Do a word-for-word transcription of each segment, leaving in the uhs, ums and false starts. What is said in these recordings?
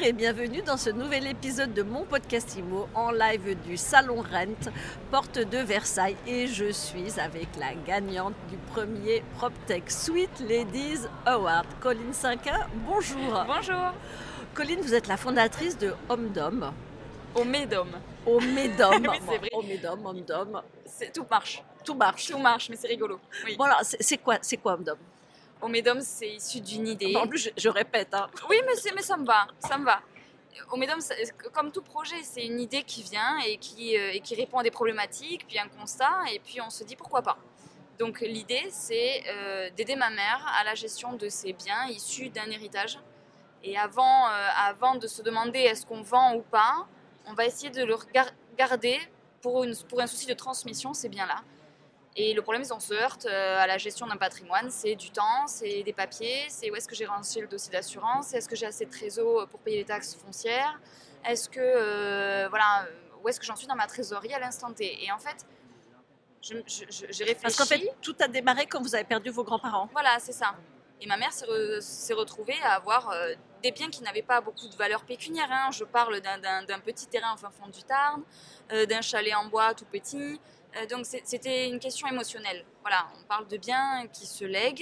et bienvenue dans ce nouvel épisode de mon podcast IMO en live du Salon Rent, porte de Versailles. Et je suis avec la gagnante du premier PropTech Sweet Ladies Award, Colline Cinquin. Bonjour. Bonjour. Colline, vous êtes la fondatrice de Homedom. Homedom. Homedom. Oui, c'est vrai. Homedom, Homedom. C'est, tout marche. Tout marche. Tout marche, mais c'est rigolo. Oui. Bon alors, c'est, c'est quoi, c'est quoi Homedom? Homedom, c'est issu d'une idée. En plus, je, je répète. Hein. Oui, mais, c'est, mais ça me va, ça me va. Homedom, comme tout projet, c'est une idée qui vient et qui, euh, et qui répond à des problématiques, puis un constat, et puis on se dit pourquoi pas. Donc l'idée, c'est euh, d'aider ma mère à la gestion de ses biens issus d'un héritage. Et avant, euh, avant de se demander est-ce qu'on vend ou pas, on va essayer de le garder pour, une, pour un souci de transmission, ces biens-là. Et le problème, c'est qu'on se heurte à la gestion d'un patrimoine. C'est du temps, c'est des papiers, c'est où est-ce que j'ai rangé le dossier d'assurance, est-ce que j'ai assez de trésor pour payer les taxes foncières, est-ce que, euh, voilà, où est-ce que j'en suis dans ma trésorerie à l'instant T. Et en fait, je, je, je, j'ai réfléchi. Parce qu'en fait, tout a démarré quand vous avez perdu vos grands-parents. Voilà, c'est ça. Et ma mère s'est, re, s'est retrouvée à avoir euh, des biens qui n'avaient pas beaucoup de valeur pécuniaire. Hein. Je parle d'un, d'un, d'un petit terrain au fin fond du Tarn, euh, d'un chalet en bois tout petit. Donc c'était une question émotionnelle. Voilà, on parle de biens qui se lèguent,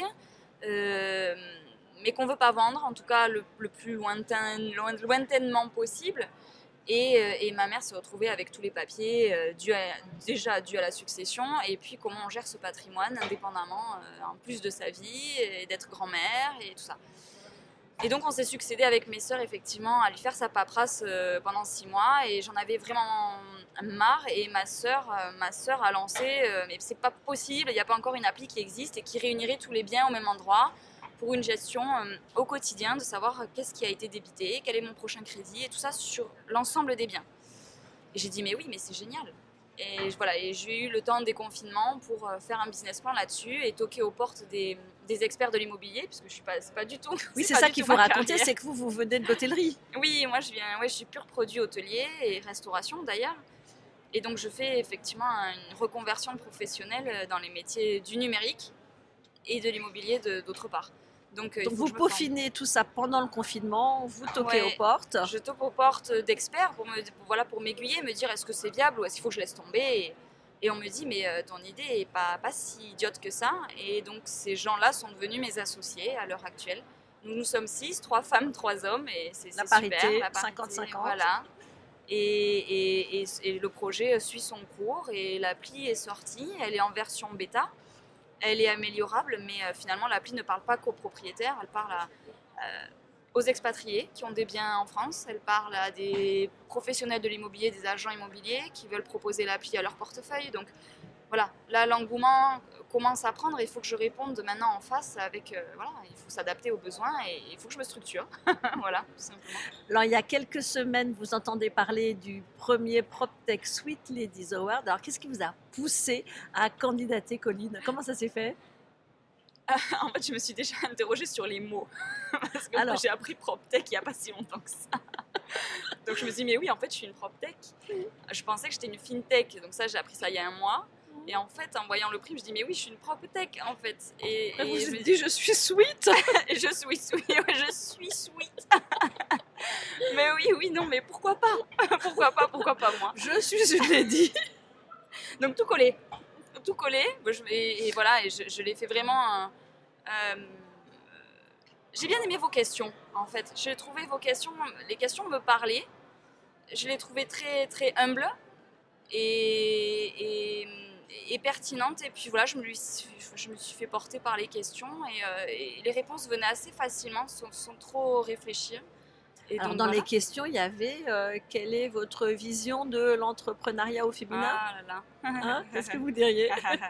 euh, mais qu'on ne veut pas vendre, en tout cas le, le plus lointain, lointainement possible. Et, et ma mère s'est retrouvée avec tous les papiers, euh, dû à, déjà dus à la succession, et puis comment on gère ce patrimoine indépendamment, euh, en plus de sa vie, et d'être grand-mère, et tout ça. Et donc on s'est succédé avec mes sœurs effectivement à lui faire sa paperasse euh, pendant six mois et j'en avais vraiment marre et ma sœur, euh, ma sœur a lancé euh, mais c'est pas possible, il n'y a pas encore une appli qui existe et qui réunirait tous les biens au même endroit pour une gestion euh, au quotidien de savoir euh, qu'est-ce qui a été débité, quel est mon prochain crédit et tout ça sur l'ensemble des biens. Et j'ai dit mais oui mais c'est génial. Et voilà, et j'ai eu le temps des confinements pour faire un business plan là-dessus et toquer aux portes des, des experts de l'immobilier, parce que je suis pas, c'est pas du tout. Oui, c'est, c'est ça qu'il faut raconter, carrière. C'est que vous, vous venez de l'hôtellerie. Oui, moi je viens, ouais, je suis pur produit hôtelier et restauration d'ailleurs. Et donc je fais effectivement une reconversion professionnelle dans les métiers du numérique et de l'immobilier de, d'autre part. Donc, Donc vous peaufinez tout ça pendant le confinement, vous toquez ouais, aux portes. Je toque aux portes d'experts pour, me, pour, voilà, pour m'aiguiller, me dire est-ce que c'est viable ou est-ce qu'il faut que je laisse tomber. Et, et on me dit mais euh, ton idée n'est pas, pas si idiote que ça. Et donc ces gens-là sont devenus mes associés à l'heure actuelle. Nous, nous sommes six, trois femmes, trois hommes et c'est, la, c'est parité, super. La parité, cinquante cinquante. Voilà. Et, et, et, et le projet suit son cours et l'appli est sortie, elle est en version bêta. Elle est améliorable, mais euh, finalement, l'appli ne parle pas qu'aux propriétaires, elle parle à, euh, aux expatriés qui ont des biens en France, elle parle à des professionnels de l'immobilier, des agents immobiliers qui veulent proposer l'appli à leur portefeuille. Donc voilà, là, l'engouement commence à prendre et il faut que je réponde maintenant en face avec, euh, voilà, il faut s'adapter aux besoins et il faut que je me structure. Voilà, tout simplement. Alors, il y a quelques semaines, vous entendez parler du premier PropTech Sweet Ladies Award. Alors, qu'est-ce qui vous a poussé à candidater, Colline? Comment ça s'est fait? En fait, je me suis déjà interrogée sur les mots. Parce que Alors, moi, j'ai appris PropTech il n'y a pas si longtemps que ça. Donc, je me suis dit, mais oui, en fait, je suis une PropTech. Je pensais que j'étais une FinTech. Donc, ça, j'ai appris ça il y a un mois. Et en fait, en voyant le prix, je me dis, mais oui, je suis une PropTech, en fait. Et, et vous je me dis, je suis sweet. Et je suis sweet, ouais, je suis sweet. Mais oui, oui, non, mais pourquoi pas? Pourquoi pas, pourquoi pas moi? Je suis une lady. Donc, tout collé. Tout collé. Et, et voilà, et je, je l'ai fait vraiment... Euh, j'ai bien aimé vos questions, en fait. J'ai trouvé vos questions, les questions me parlaient. Je les trouvais très, très humbles et... et et pertinente et puis voilà je me, lui, je me suis fait porter par les questions et, euh, et les réponses venaient assez facilement sans, sans trop réfléchir. Et alors donc, dans voilà. Les questions il y avait euh, quelle est votre vision de l'entrepreneuriat au féminin? Ah là là. Hein, qu'est-ce que vous diriez?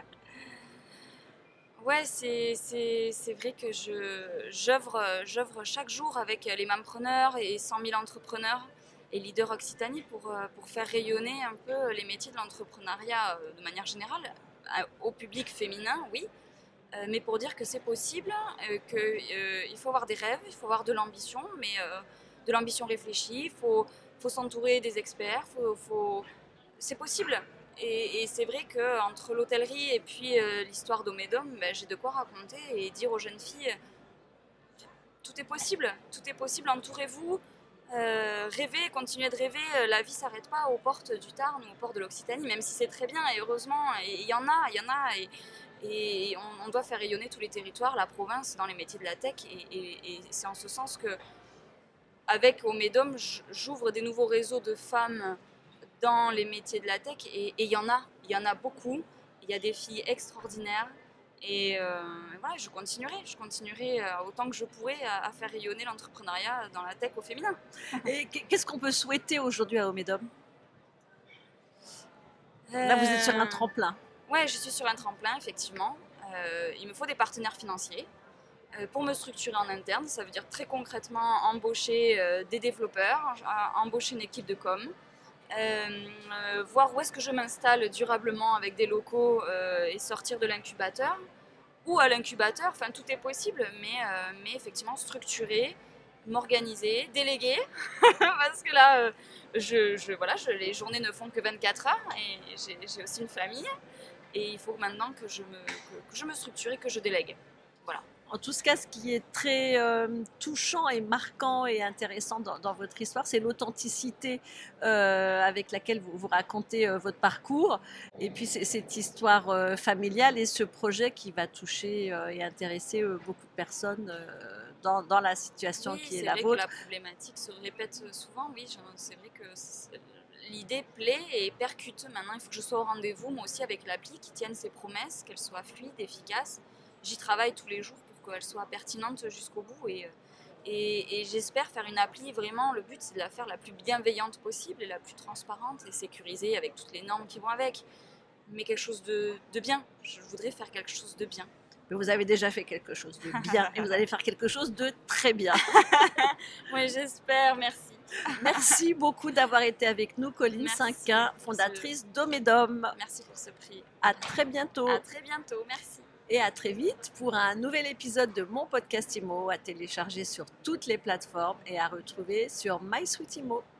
Ouais, c'est, c'est, c'est vrai que je, j'œuvre, j'œuvre chaque jour avec les mampreneurs et cent mille entrepreneurs et leader Occitanie pour, pour faire rayonner un peu les métiers de l'entrepreneuriat de manière générale, au public féminin, oui, mais pour dire que c'est possible, qu'il euh, faut avoir des rêves, il faut avoir de l'ambition, mais euh, de l'ambition réfléchie, il faut, faut s'entourer des experts, faut, faut... c'est possible. Et, et c'est vrai qu'entre l'hôtellerie et puis euh, l'histoire d'Homedom, ben, j'ai de quoi raconter et dire aux jeunes filles, tout est possible, tout est possible, entourez-vous. Euh, rêver, continuer de rêver, euh, la vie s'arrête pas aux portes du Tarn ou aux portes de l'Occitanie, même si c'est très bien et heureusement, et il y en a, il y en a, et, et on, on doit faire rayonner tous les territoires, la province dans les métiers de la tech, et, et, et c'est en ce sens que, avec Omedom, j'ouvre des nouveaux réseaux de femmes dans les métiers de la tech, et il y en a, il y en a beaucoup, il y a des filles extraordinaires. Et euh, voilà, je continuerai, je continuerai euh, autant que je pourrai à, à faire rayonner l'entrepreneuriat dans la tech au féminin. Et qu'est-ce qu'on peut souhaiter aujourd'hui à Omedom? Là, vous êtes sur un tremplin. Ouais, je suis sur un tremplin, effectivement. Euh, il me faut des partenaires financiers euh, pour me structurer en interne. Ça veut dire très concrètement embaucher euh, des développeurs, euh, embaucher une équipe de com, euh, euh, voir où est-ce que je m'installe durablement avec des locaux euh, et sortir de l'incubateur. Ou à l'incubateur, enfin tout est possible, mais, euh, mais effectivement structurer, m'organiser, déléguer, parce que là, euh, je, je, voilà, je, les journées ne font que vingt-quatre heures et j'ai, j'ai aussi une famille. Et il faut maintenant que je me, que, que je me structure et que je délègue. Voilà. En tout cas, ce qui est très euh, touchant et marquant et intéressant dans, dans votre histoire, c'est l'authenticité euh, avec laquelle vous, vous racontez euh, votre parcours. Et puis, c'est cette histoire euh, familiale et ce projet qui va toucher euh, et intéresser euh, beaucoup de personnes euh, dans, dans la situation oui, qui est, est la vrai vôtre. Que la problématique se répète souvent, oui, c'est vrai que l'idée plaît et percute. Maintenant, il faut que je sois au rendez-vous, moi aussi, avec l'appli, qui tienne ses promesses, qu'elle soit fluide, efficace. J'y travaille tous les jours pour qu'elle soit pertinente jusqu'au bout. Et, et, et j'espère faire une appli, vraiment, le but, c'est de la faire la plus bienveillante possible et la plus transparente et sécurisée avec toutes les normes qui vont avec. Mais quelque chose de, de bien. Je voudrais faire quelque chose de bien. Mais vous avez déjà fait quelque chose de bien et vous allez faire quelque chose de très bien. Oui, j'espère. Merci. Merci beaucoup d'avoir été avec nous, Colline Cinquin, fondatrice ce... d'Omedom. Merci pour ce prix. À très bientôt. À très bientôt, merci. Et à très vite pour un nouvel épisode de mon podcast Imo à télécharger sur toutes les plateformes et à retrouver sur MySweetImo.